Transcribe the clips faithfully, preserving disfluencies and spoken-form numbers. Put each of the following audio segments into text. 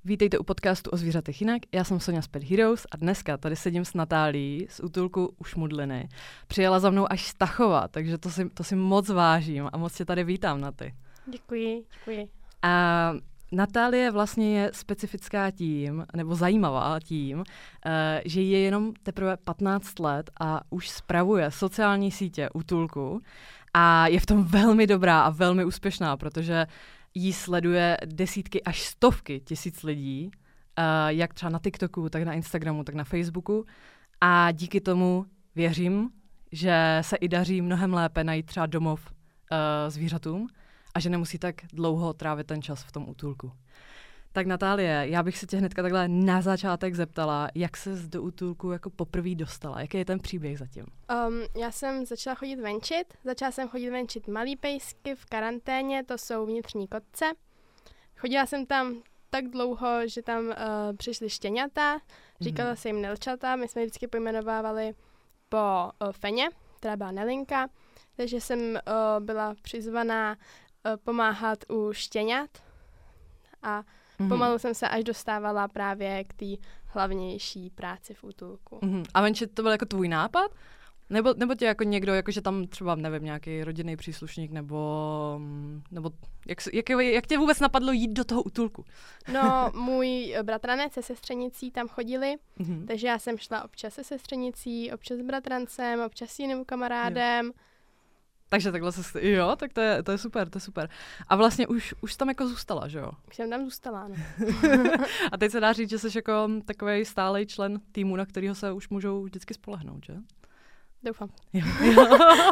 Vítejte u podcastu o zvířatech jinak. Já jsem Sonja z Pet Heroes a dneska tady sedím s Natálií z útulku U Šmudliny. Přijela za mnou až z Tachova, takže to si, to si moc vážím a moc tě tady vítám, Naty. Děkuji, děkuji. A Natálie vlastně je specifická tím, nebo zajímavá tím, uh, že je jenom teprve patnáct let a už spravuje sociální sítě útulku a je v tom velmi dobrá a velmi úspěšná, protože jí sleduje desítky až stovky tisíc lidí, uh, jak třeba na TikToku, tak na Instagramu, tak na Facebooku. A díky tomu věřím, že se i daří mnohem lépe najít třeba domov uh, zvířatům a že nemusí tak dlouho trávit ten čas v tom útulku. Tak Natálie, já bych se tě hnedka takhle na začátek zeptala, jak ses do útulku jako poprvé dostala? Jaký je ten příběh zatím? Um, já jsem začala chodit venčit. Začala jsem chodit venčit malý pejsky v karanténě, to jsou vnitřní kotce. Chodila jsem tam tak dlouho, že tam uh, přišly štěňata, říkala mm. se jim nelčata, my jsme je vždycky pojmenovávali po uh, Feně, která byla Nelinka, takže jsem uh, byla přizvaná uh, pomáhat u štěňat a Mm-hmm. pomalu jsem se až dostávala právě k té hlavnější práci v útulku. Mm-hmm. A venčit to byl jako tvůj nápad? Nebo, nebo tě jako někdo, jakože tam třeba, nevím, nějaký rodinný příslušník, nebo, nebo jak, jak, jak tě vůbec napadlo jít do toho útulku? No, můj bratranec se sestřenicí tam chodili, mm-hmm. takže já jsem šla občas se sestřenicí, občas s bratrancem, občas s jiným kamarádem. Jo. Takže takhle se, jo, tak to je, to je super, to je super. A vlastně už, už tam jako zůstala, že jo? Už jsem tam zůstala, no. A teď se dá říct, že jsi jako takovej stálej člen týmu, na kterýho se už můžou vždycky spolehnout, že? Doufám. Jo, jo.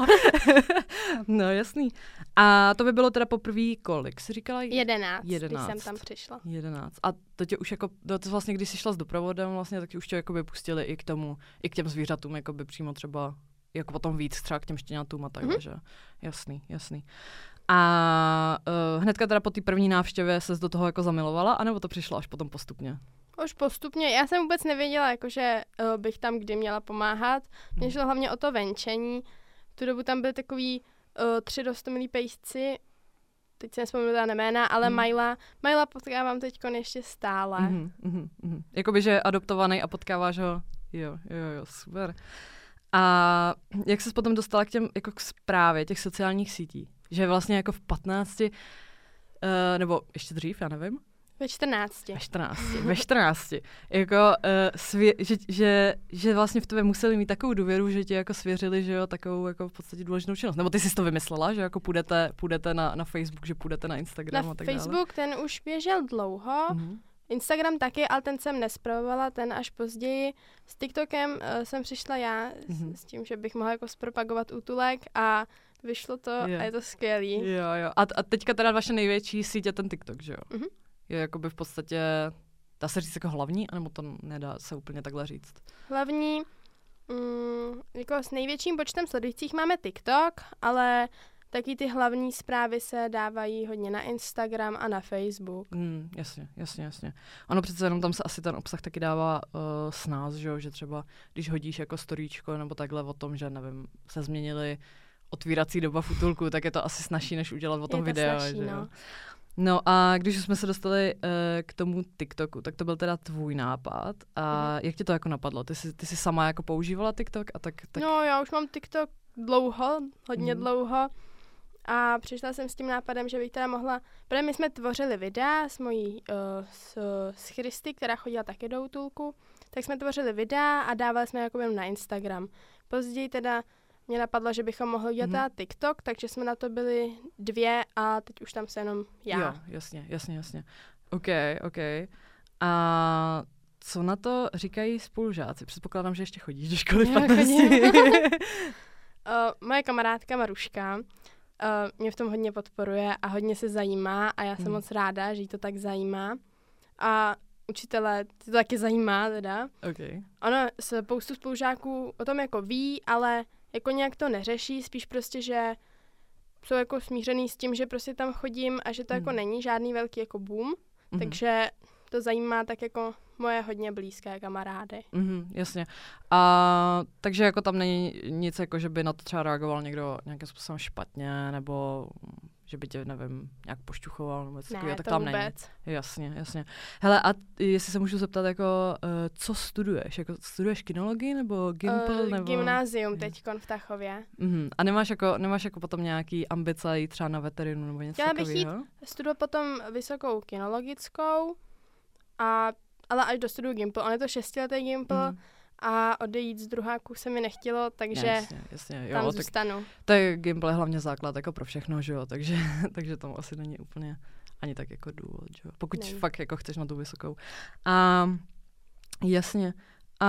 No jasný. A to by bylo teda poprvé kolik? Jsi říkala? Jedenáct, Jedenáct. Když jsem tam přišla. Jedenáct. A to tě už jako, to vlastně, když jsi šla s doprovodem vlastně, tak tě už tě jakoby pustili i k tomu, i k těm zvířatům, jakoby přímo třeba jako potom víc třeba k těm štěňatům a takhle, mm-hmm. že? Jasný, jasný. A uh, hnedka teda po té první návštěvě ses do toho jako zamilovala, anebo to přišlo až potom postupně? Už postupně. Já jsem vůbec nevěděla, jakože uh, bych tam kdy měla pomáhat. Mně šlo hlavně o to venčení. V tu dobu tam byly takový uh, tři rostomilí pejsci, teď se nespomínám na jména, ale mm. Majla. Majla potkávám teďko ještě stále. Mm-hmm, mm-hmm. Jakoby, že je adoptovaný a potkáváš ho. Jo, jo, jo, super. A jak ses potom dostala k těm, jako k správě těch sociálních sítí? Že vlastně jako v patnácti, uh, nebo ještě dřív, já nevím? Ve čtrnácti. Ve čtrnácti, ve čtrnácti. Jako, uh, svě- že, že, že vlastně v tobě museli mít takovou důvěru, že ti jako svěřili, že jo, takovou jako v podstatě důležitou činnost. Nebo ty jsi to vymyslela, že jako půjdete, půjdete na, na Facebook, že půjdete na Instagram na a tak Facebook dále? Ten už běžel dlouho. Mm-hmm. Instagram taky, ale ten jsem nespravovala, ten až později. S TikTokem uh, jsem přišla já mm-hmm. s, s tím, že bych mohla jako zpropagovat útulek a vyšlo to yeah. a je to skvělý. Jo, jo. A, a teďka teda vaše největší síť je ten TikTok, že jo? Mm-hmm. Je jakoby v podstatě, dá se říct jako hlavní, anebo to nedá se úplně takhle říct? Hlavní, mm, jako s největším počtem sledujících máme TikTok, ale taky ty hlavní zprávy se dávají hodně na Instagram a na Facebook. Mm, jasně, jasně, jasně. Ano, přece jenom tam se asi ten obsah taky dává uh, s nás, že, jo? Že třeba když hodíš jako storíčko nebo takhle o tom, že nevím, se změnily otvírací doba v útulku, tak je to asi snazší, než udělat o tom je to video. Snažší, že no. jo? No a když jsme se dostali uh, k tomu TikToku, tak to byl teda tvůj nápad. A mm. jak ti to jako napadlo? Ty jsi, ty jsi sama jako používala TikTok? A tak, tak... No já už mám TikTok dlouho, hodně mm. dlouho. A přišla jsem s tím nápadem, že bych teda mohla, protože my jsme tvořili videa s mojí, uh, s, s Christy, která chodila taky do útulku, tak jsme tvořili videa a dávali jsme jako jenom na Instagram. Později teda mě napadlo, že bychom mohli udělat mm. TikTok, takže jsme na to byli dvě a teď už tam se jenom já. Jo, jasně, jasně, jasně. OK, OK. A co na to říkají spolužáci? Předpokládám, že ještě chodíš do školy v patnácti. uh, moje kamarádka Maruška Uh, mě v tom hodně podporuje a hodně se zajímá a já jsem hmm. moc ráda, že jí to tak zajímá. A učitele to taky zajímá teda. Okay. Ono, spoustu spolužáků o tom jako ví, ale jako nějak to neřeší, spíš prostě, že jsou jako smířený s tím, že prostě tam chodím a že to hmm. jako není žádný velký jako boom, hmm. takže to zajímá tak jako moje hodně blízké kamarády. Mm, jasně. A takže jako tam není nic, jako že by na to třeba reagoval někdo nějakým způsobem špatně, nebo že by tě, nevím, nějak pošťuchoval nebo něco Ne, takového, tak to tam vůbec. není. Jasně, jasně. Hele, a jestli se můžu zeptat, jako, uh, co studuješ? Jako, studuješ kinologii nebo Gimpl? Uh, nebo... Gymnázium teďkon v Tachově. Uh-huh. A nemáš jako, nemáš jako potom nějaký ambice jít třeba na veterinu nebo něco Chtěla bych takového? jít studovat potom vysokou kinologickou, a, ale až dostuduju Gimpl. On je to šestiletý Gimpl, Uh-huh. a odejít z druháku se mi nechtělo, takže jasně, jasně, jo, tam tak zůstanu. to je Gimpl je hlavně základ jako pro všechno, že jo, takže, takže tam asi není úplně ani tak jako důvod, že jo, pokud Není. fakt jako chceš na tu vysokou. A jasně. A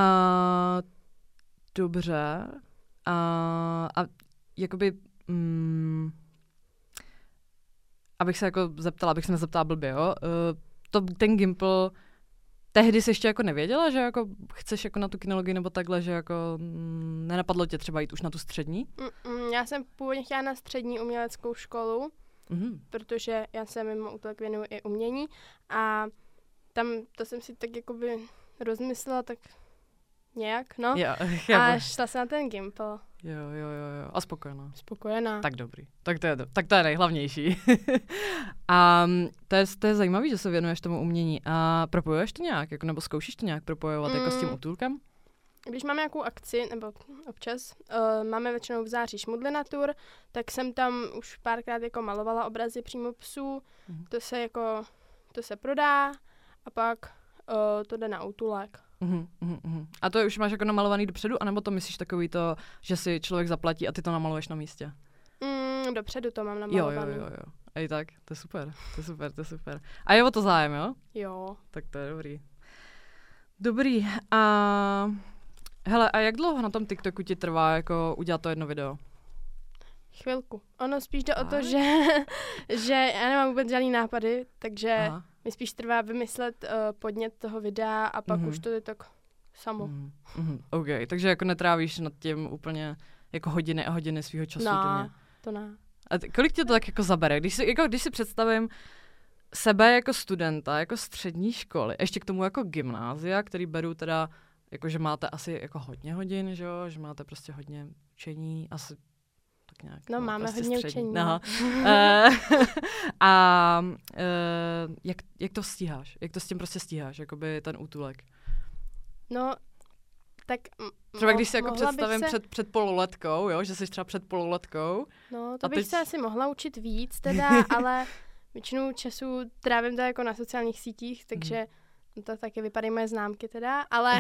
dobře. A, a jakoby mm, abych se jako zeptala, abych se nezeptala blbě, jo, uh, to, ten Gimpl tehdy jsi ještě jako nevěděla, že jako chceš jako na tu kinologii nebo takhle, že jako mm, nenapadlo tě třeba jít už na tu střední? Mm-mm, já jsem původně chtěla na střední uměleckou školu, Mhm. protože já se mimo útulek věnuju i umění a tam to jsem si tak jakoby rozmyslela tak nějak, no. Jo, A šla jsem na ten Gimpl. jo, jo, jo, jo. A spokojená. Spokojená. Tak dobrý. Tak to je, do- tak to je nejhlavnější. A mm, to je, to je zajímavé, že se věnuješ tomu umění. A propojuješ to nějak, jako, nebo zkoušíš to nějak propojovat mm. jako s tím útulkem? Když máme nějakou akci, nebo občas, uh, máme většinou v září šmudlinatur, tak jsem tam už párkrát jako malovala obrazy přímo psů, Mhm. to se jako, to se prodá a pak uh, to jde na útulek. Uhum, uhum, uhum. A to už máš jako namalovaný dopředu, anebo to myslíš takový to, že si člověk zaplatí a ty to namaluješ na místě? Mm, dopředu to mám Jo, namalovaný. jo, jo, jo. Ej tak, to je super, to je super, to je super. A je o to zájem, jo? Jo. Tak to je dobrý. Dobrý. A hele, a jak dlouho na tom TikToku ti trvá jako udělat to jedno video? Chvilku. Ono spíš jde o to, Tak. že, že já nemám vůbec žádný nápady, takže Aha. mi spíš trvá vymyslet uh, podnět toho videa a pak Mhm. už to je tak samo. Mm, mm, OK, takže jako netrávíš nad tím úplně jako hodiny a hodiny svého času. No, denně. to ne. A t- kolik tě to tak jako zabere? Když si, jako, když si představím sebe jako studenta, jako střední školy, ještě k tomu jako gymnázia, který beru teda, jako že máte asi jako hodně hodin, že jo? Že máte prostě hodně učení, asi tak nějak. No, máme prostě hodně střední. učení, no. Aha. Eh, a eh, jak, jak to stíháš? Jak to s tím prostě stíháš, jakoby ten útulek? No, tak m- Třeba mo- když si jako mohla bych představím se, před, před pololetkou, jo, že jsi třeba před pololetkou. No, to a bych teď- se asi mohla učit víc teda, ale většinou času trávím to jako na sociálních sítích, takže Mhm. to taky vypadají moje známky teda, ale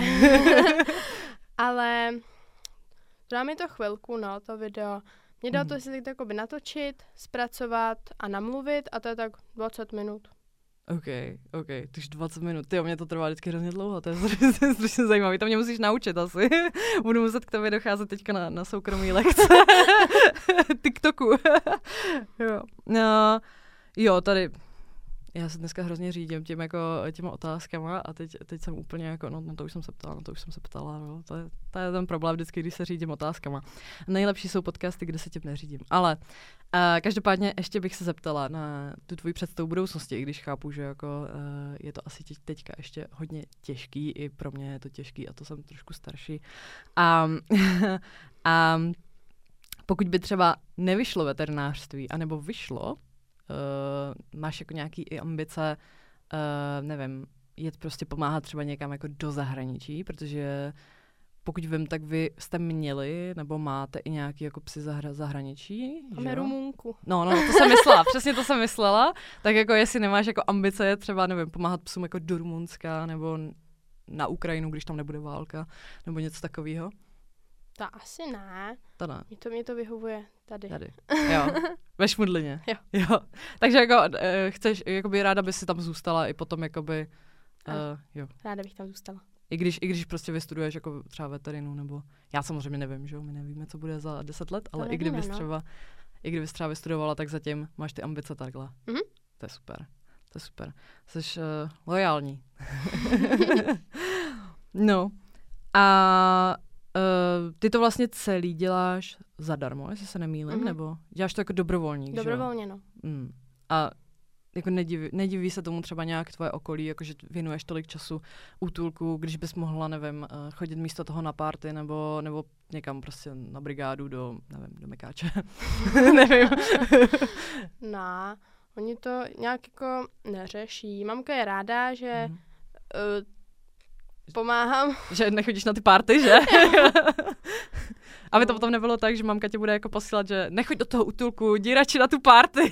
ale dá mi to chvilku, no, to video. Mě jde o to Mhm. si to jakoby natočit, zpracovat a namluvit a to je tak dvacet minut. OK, OK, takže dvacet minut. Ty, mě to trvá vždycky hrozně dlouho, to je strašně, strašně zajímavé. To mě musíš naučit asi. Budu muset k tobě docházet teďka na, na soukromý lekce. TikToku. jo. No, jo, tady. Já se dneska hrozně řídím tím jako, těma otázkama a teď, teď jsem úplně jako, no, no to už jsem se ptala, no to už jsem se ptala, no, to je, to je ten problém vždycky, když se řídím otázkama. Nejlepší jsou podcasty, kde se tím neřídím. Ale uh, každopádně ještě bych se zeptala na tu tvoji představu budoucnosti, i když chápu, že jako uh, je to asi tě, teďka ještě hodně těžký, i pro mě je to těžký a to jsem trošku starší. A, a pokud by třeba nevyšlo veterinářství, anebo vyšlo, Uh, máš jako nějaký i ambice, uh, nevím, jet prostě pomáhat třeba někam jako do zahraničí, protože pokud vím, tak vy jste měli nebo máte i nějaký jako psy zahra- zahraničí, že Máme jo? Rumunku. No, no, to jsem myslela, přesně to jsem myslela, tak jako jestli nemáš jako ambice jet třeba, nevím, pomáhat psům jako do Rumunska nebo na Ukrajinu, když tam nebude válka, nebo něco takového. To asi ne. To ne. Mě to, mě to vyhovuje tady. Tady. Jo. Ve Šmudlině. Jo. jo. Takže jako uh, chceš, jakoby ráda by si tam zůstala i potom jakoby, uh, jo. Ráda bych tam zůstala. I když, I když prostě vystuduješ jako třeba veterinu, nebo já samozřejmě nevím, že jo, my nevíme, co bude za deset let, ale To i kdybys nevíme, no. třeba, i kdybys třeba vystudovala, tak zatím máš ty ambice takhle. Mhm. To je super. To je super. Jsi uh, lojální. no. A Uh, ty to vlastně celý děláš zadarmo, jestli se nemýlím, Mhm. nebo děláš to jako dobrovolník, že jo? Dobrovolně, no. Mm. A jako nediví, nediví se tomu třeba nějak tvoje okolí, jakože věnuješ tolik času útulku, když bys mohla, nevím, chodit místo toho na party nebo, nebo někam prostě na brigádu do, nevím, do Mekáče. Nevím. No, oni to nějak jako neřeší. Mamka je ráda, že mm. uh, pomáhám. Že nechodíš na ty party, že? Aby to potom nebylo tak, že mamka tě bude jako posílat, že nechoď do toho útulku, jdi radši na tu party.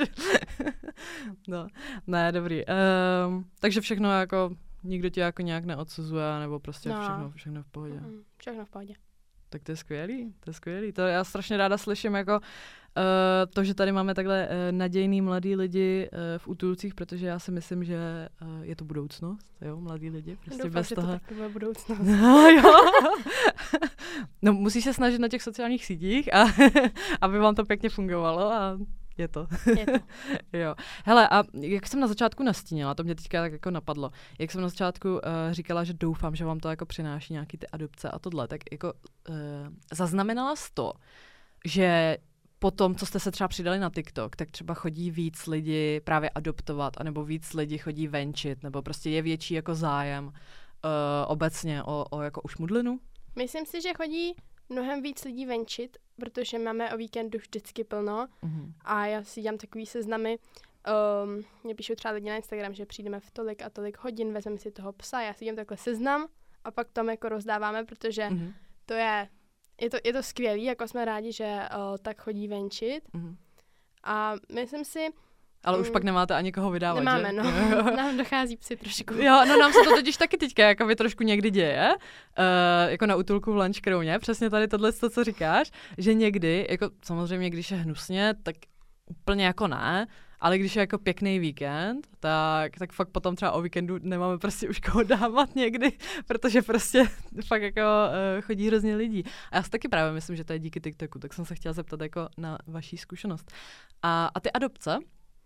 No, ne, dobrý. Um, takže všechno jako, nikdo tě jako nějak neodsuzuje, nebo prostě no. všechno, všechno v pohodě. Mm, všechno v pohodě. Tak to je skvělý, to je skvělý. To já strašně ráda slyším jako uh, to, že tady máme takhle uh, nadějný mladý lidi uh, v útulcích, protože já si myslím, že uh, je to budoucnost, jo, mladí lidi. Prostě Doufám, bez že toho... to tak bude budoucnost. No, jo. No, musíš se snažit na těch sociálních sítích, a aby vám to pěkně fungovalo a je to. Je to. Jo. Hele, a jak jsem na začátku nastínila, to mě teďka tak jako napadlo, jak jsem na začátku uh, říkala, že doufám, že vám to jako přináší nějaký ty adopce a tohle, tak jako uh, zaznamenala jsi to, že potom, co jste se třeba přidali na TikTok, tak třeba chodí víc lidí právě adoptovat, anebo víc lidí chodí venčit, nebo prostě je větší jako zájem uh, obecně o, o jako ušmudlinu? Myslím si, že chodí mnohem víc lidí venčit, protože máme o víkendu vždycky plno mm-hmm. a já si dělám takový seznamy. Um, mě píšou třeba lidi na Instagram, že přijdeme v tolik a tolik hodin, vezmeme si toho psa, já si dělám takhle seznam a pak tam jako rozdáváme, protože mm-hmm. to je, je to, je to skvělý, jako jsme rádi, že uh, tak chodí venčit. Mm-hmm. A myslím si, ale už mm. pak nemáte ani koho vydávat, nemáme, že? no. Nám dochází psy trošku. Jo, no nám se to totiž taky teďka jako by trošku někdy děje, uh, jako na útulku v Lanškrouně, přesně tady tohle, co říkáš, že někdy, jako samozřejmě, když je hnusně, tak úplně jako ne, ale když je jako pěkný víkend, tak, tak fakt potom třeba o víkendu nemáme prostě už koho dávat někdy, protože prostě fakt jako uh, chodí hrozně lidí. A já si taky právě myslím, že to je díky TikToku, tak jsem se chtěla zeptat jako na vaší zkušenost. A, a ty adopce?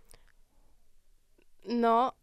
No,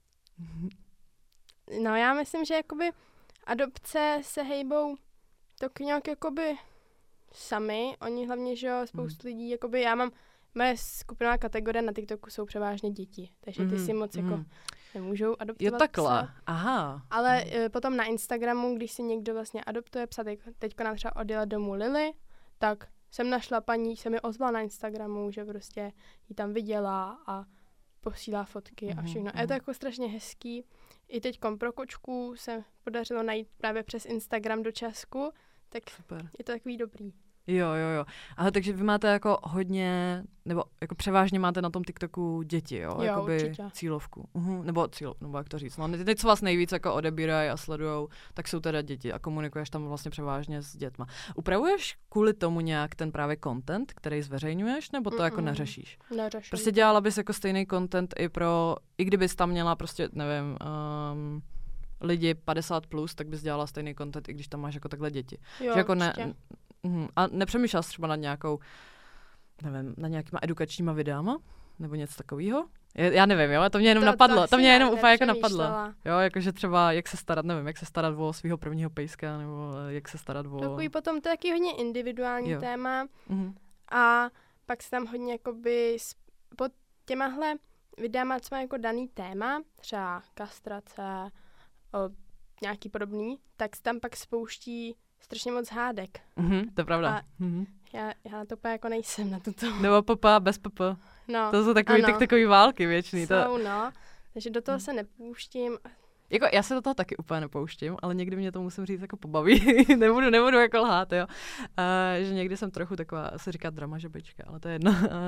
no já myslím, že jakoby adopce se hejbou tak nějak jakoby sami. Oni hlavně, že jo, spoustu mm. lidí, jakoby já mám, moje skupinová kategorie na TikToku jsou převážně děti, takže ty mm. si moc mm. jako nemůžou adoptovat. Jo, takhle, psa. Aha. Ale mm. uh, potom na Instagramu, když si někdo vlastně adoptuje psa, teď, teďko nám třeba odjela domů Lily, tak jsem našla paní, se mi ozvala na Instagramu, že prostě ji tam viděla a posílá fotky mm-hmm, a všechno. A je to jako strašně hezký. I teď pro kočku se podařilo najít právě přes Instagram do Česku, tak super. Je to takový dobrý. Jo, jo, jo. Ale takže vy máte jako hodně, nebo jako převážně máte na tom TikToku děti, jo? Jo, Jakoby určitě. Cílovku. Uhum. Nebo cílovku, nebo jak to říct. No, teď, co vás nejvíc jako odebírají a sledujou, tak jsou teda děti a komunikuješ tam vlastně převážně s dětma. Upravuješ kvůli tomu nějak ten právě content, který zveřejňuješ, nebo to Mm-mm. jako neřešíš? Neřeším. Prostě dělala bys jako stejný content i pro, i kdybys tam měla prostě, nevím, um, lidi padesát plus, tak bys dělala stejný content, i když tam máš jako takhle děti. Jo, že jako určitě. ne, Uhum. A nepřemýšlel jsi třeba nad nějakou, nevím, nad nějakýma edukačníma videama? Nebo něco takového? Já nevím, jo, to mě jenom to, napadlo. To, to mě jenom úplně jako napadlo. Jo, jakože třeba, jak se starat, nevím, jak se starat o svého prvního pejska, nebo jak se starat o... Takový potom to je taky hodně individuální jo. téma. Uhum. A pak se tam hodně jakoby pod těmahle videama, co má jako daný téma, třeba kastrace, o, nějaký podobný, tak se tam pak spouští strašně moc hádek. Mm-hmm, to je pravda. Mm-hmm. Já, já na to úplně jako nejsem na tuto. Nebo papa bez papa. No, to jsou takový takový války věčný. Jsou, to... no. Takže do toho se nepouštím. Jako já se do toho taky úplně nepouštím, ale někdy mě to musím říct jako pobaví. nebudu, nebudu jako lhát, jo. Uh, že někdy jsem trochu taková, se říká drama žabička, ale to je jedno. Uh,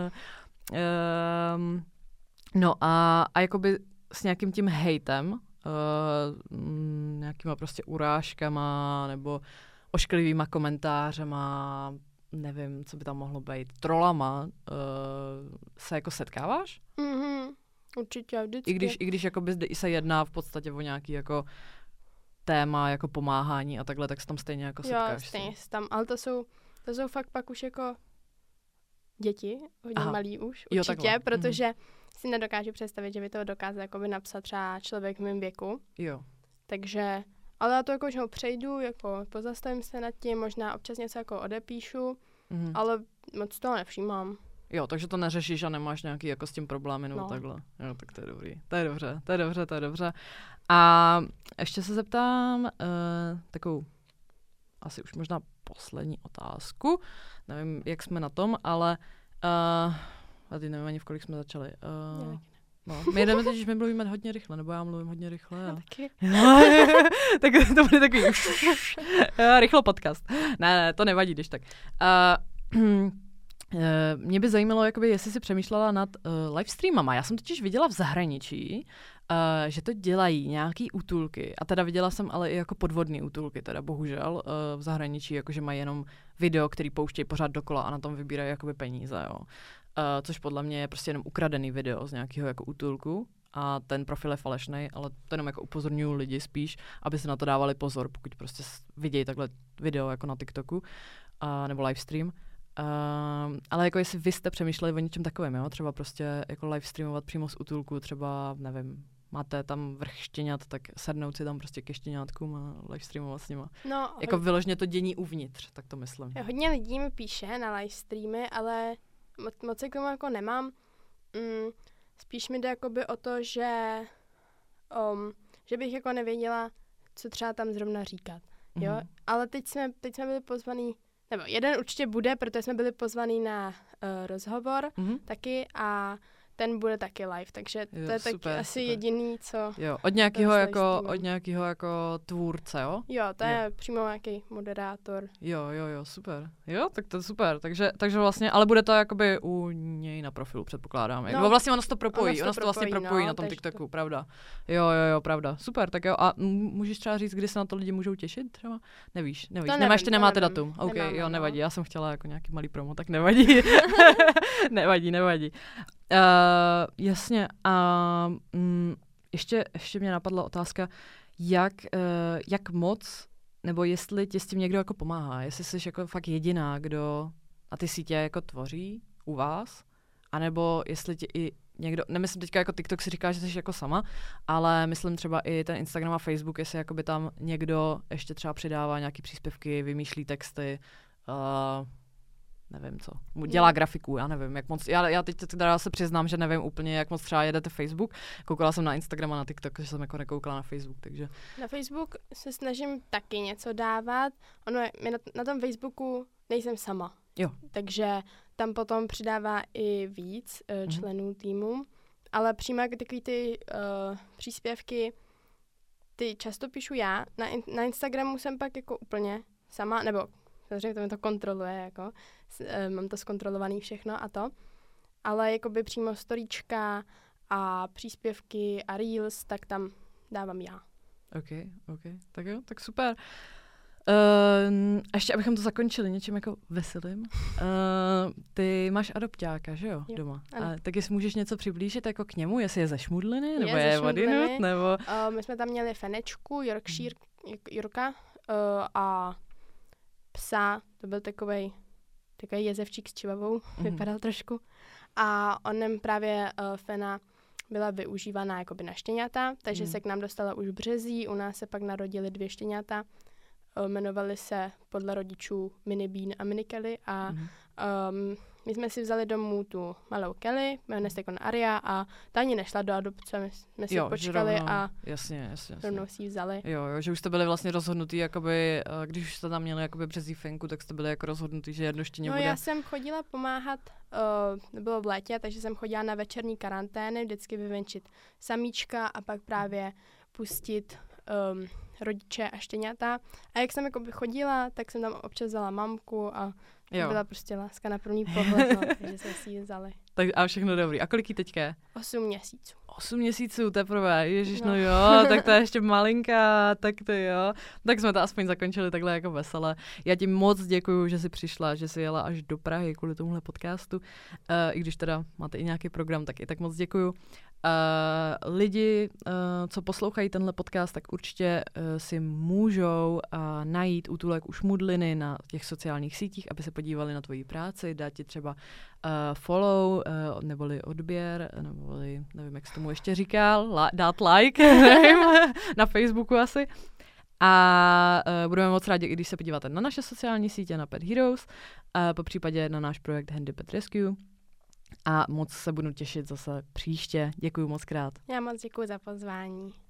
um, no a, a jakoby s nějakým tím hejtem, uh, nějakýma prostě urážkama, nebo ošklivýma komentářema, nevím, co by tam mohlo být, trolama, uh, se jako setkáváš? Mhm, určitě, vždycky. I když, i když jakoby se jedná v podstatě o nějaký jako téma, jako pomáhání a takhle, tak se tam stejně jako setkáš. Jo, stejně se tam, ale to jsou, to jsou fakt pak už jako děti, hodně Aha. malí už, určitě, jo, protože mhm. si nedokážu představit, že by to dokázal jakoby napsat třeba člověk v mém věku. Jo. Takže, ale já to jako už přejdu, jako pozastavím se nad tím, možná občas něco jako odepíšu, mm. ale moc toho nevšímám. Jo, takže to neřešíš a nemáš nějaký jako s tím problémy nebo No. takhle. Jo, tak to je dobrý. To je dobře, to je dobře, to je dobře. A ještě se zeptám uh, takovou asi už možná poslední otázku. Nevím, jak jsme na tom, ale uh, a teď nevím ani, v kolik jsme začali. Uh, no, my jdeme teď, my mluvíme hodně rychle, nebo já mluvím hodně rychle. A... Taky. tak to bude takový rychlo podcast. Ne, ne, to nevadí, když tak. Uh, Mě by zajímalo, jakoby, jestli si přemýšlela nad uh, livestreamama. Já jsem totiž viděla v zahraničí, uh, že to dělají nějaký útulky. A teda viděla jsem ale i jako podvodný útulky, teda bohužel uh, v zahraničí, jakože mají jenom video, který pouštějí pořád dokola a na tom vybírají jakoby peníze. Jo. Uh, což podle mě je prostě jenom ukradený video z nějakého jako útulku. A ten profil je falešnej, ale to jenom jako upozorňuju lidi spíš, aby se na to dávali pozor, pokud prostě vidějí takhle video jako na TikToku uh, nebo livestream. Uh, ale jako jestli vy jste přemýšleli o něčem takovém, jo? Třeba prostě jako live streamovat přímo z útulku, třeba, nevím, máte tam vrch štěňat, tak sednout si tam prostě ke štěňátkům a live streamovat s nima. No, jako ho... vyloženě to dění uvnitř, tak to myslím. Hodně lidí mi píše na live streamy, ale moc, moc se k tomu jako nemám. Mm, spíš mi jde jakoby o to, že, um, že bych jako nevěděla, co třeba tam zrovna říkat. Jo? Mm. Ale teď jsme, teď jsme byli pozvaný, nebo jeden určitě bude, protože jsme byli pozvaný na uh, rozhovor mm-hmm. taky a ten bude taky live, takže to jo, je tak super, asi super. Jediný, co... Jo, od nějakého jako, od nějakého jako tvůrce, jo? Jo, to jo. je přímo nějaký moderátor. Jo, jo, jo, super. Jo, tak to je super. Takže, takže vlastně, ale bude to jakoby u něj na profilu, předpokládám. No, vlastně ono se to propojí, ono se to vlastně propojí no, na tom TikToku, to... pravda. Jo, jo, jo, pravda. Super, tak jo. A můžeš třeba říct, kdy se na to lidi můžou těšit třeba? Nevíš, nevíš. To Nemá, nevím, ještě nemáte nevím. datum. OK, Nemám, jo, nevadí. No. Já jsem chtěla jako nějaký malý promo, tak nevadí. nevadí, nevadí. Uh, jasně. A um, ještě, ještě mě napadla otázka, jak, uh, jak moc, nebo jestli ti s tím někdo jako pomáhá, jestli jsi jako fakt jediná, kdo a ty sítě jako tvoří u vás, anebo jestli ti i někdo, nemyslím teďka jako TikTok si říká, že jsi jako sama, ale myslím třeba i ten Instagram a Facebook, jestli jakoby tam někdo ještě třeba přidává nějaký příspěvky, vymýšlí texty, uh, nevím co, dělá grafiku, já nevím, jak moc, já, já teď teda se přiznám, že nevím úplně, jak moc třeba jedete Facebook, koukala jsem na Instagram a na TikTok, že jsem jako nekoukala na Facebook, takže. Na Facebook se snažím taky něco dávat, ono je, na, na tom Facebooku nejsem sama, jo. Takže tam potom přidává i víc uh, členů mm-hmm. týmu, ale přímo jako takový ty uh, příspěvky, ty často píšu já, na, in, na Instagramu jsem pak jako úplně sama, nebo samozřejmě to mi to kontroluje, jako, S, uh, mám to zkontrolovaný všechno a to, ale jakoby přímo storíčka a příspěvky a reels, tak tam dávám já. OK, OK, tak jo, tak super. Uh, ještě abychom to zakončili něčím jako veselým. Uh, ty máš adopťáka, že jo, jo doma. A, tak jestli můžeš něco přiblížit jako k němu, jestli je ze Šmudliny, nebo je, je odinut, nebo... Uh, my jsme tam měli Fenečku, Yorkshire, Jurka uh, a psa, to byl takovej, takový jezevčík s čivavou, mm. vypadal trošku. A onem právě uh, Fena byla využívaná jakoby na štěňata, takže mm. se k nám dostala už v březí, u nás se pak narodily dvě štěňata. Jmenovali se podle rodičů Mini Bean a Mini Kelly a mm. um, my jsme si vzali domů tu malou Kelly, jmenuje se jako Aria a ta ani nešla do adopce, my jsme si jo, počkali rovnou, a jasně, jasně, jasně. rovnou si ji vzali. Jo, jo, že už jste byli vlastně rozhodnutí, jakoby, když už jste tam měli jakoby přezífenku, tak jste byli jako rozhodnutí, že jedno štěně no, bude. Já jsem chodila pomáhat, uh, bylo v létě, takže jsem chodila na večerní karantény, vždycky vyvenčit samíčka a pak právě pustit um, rodiče a štěňata. A jak jsem jako chodila, tak jsem tam občas vzala mamku a jo. byla prostě láska na první pohled, no, takže jsme si ji vzali. Tak a všechno dobrý. A kolik jí teďka je? Osm měsíců. Osm měsíců teprve, ježiš, no. no jo, tak to je ještě malinká, tak to jo. Tak jsme to aspoň zakončili takhle jako veselé. Já ti moc děkuju, že jsi přišla, že jsi jela až do Prahy kvůli tomuhle podcastu. Uh, I když teda máte i nějaký program, tak i tak moc děkuju. Uh, lidi, uh, co poslouchají tenhle podcast, tak určitě uh, si můžou uh, najít útulek u Šmudliny na těch sociálních sítích, aby se podívali na tvoji práci, dát ti třeba uh, follow, uh, neboli odběr, neboli, nevím, jak se tomu ještě říkal, la- dát like na Facebooku asi. A uh, budeme moc rádi, i když se podíváte na naše sociální sítě, na Pet Heroes, uh, po případě na náš projekt Handy Pet Rescue. a moc se budu těšit zase příště. Děkuji moc krát. Já moc děkuji za pozvání.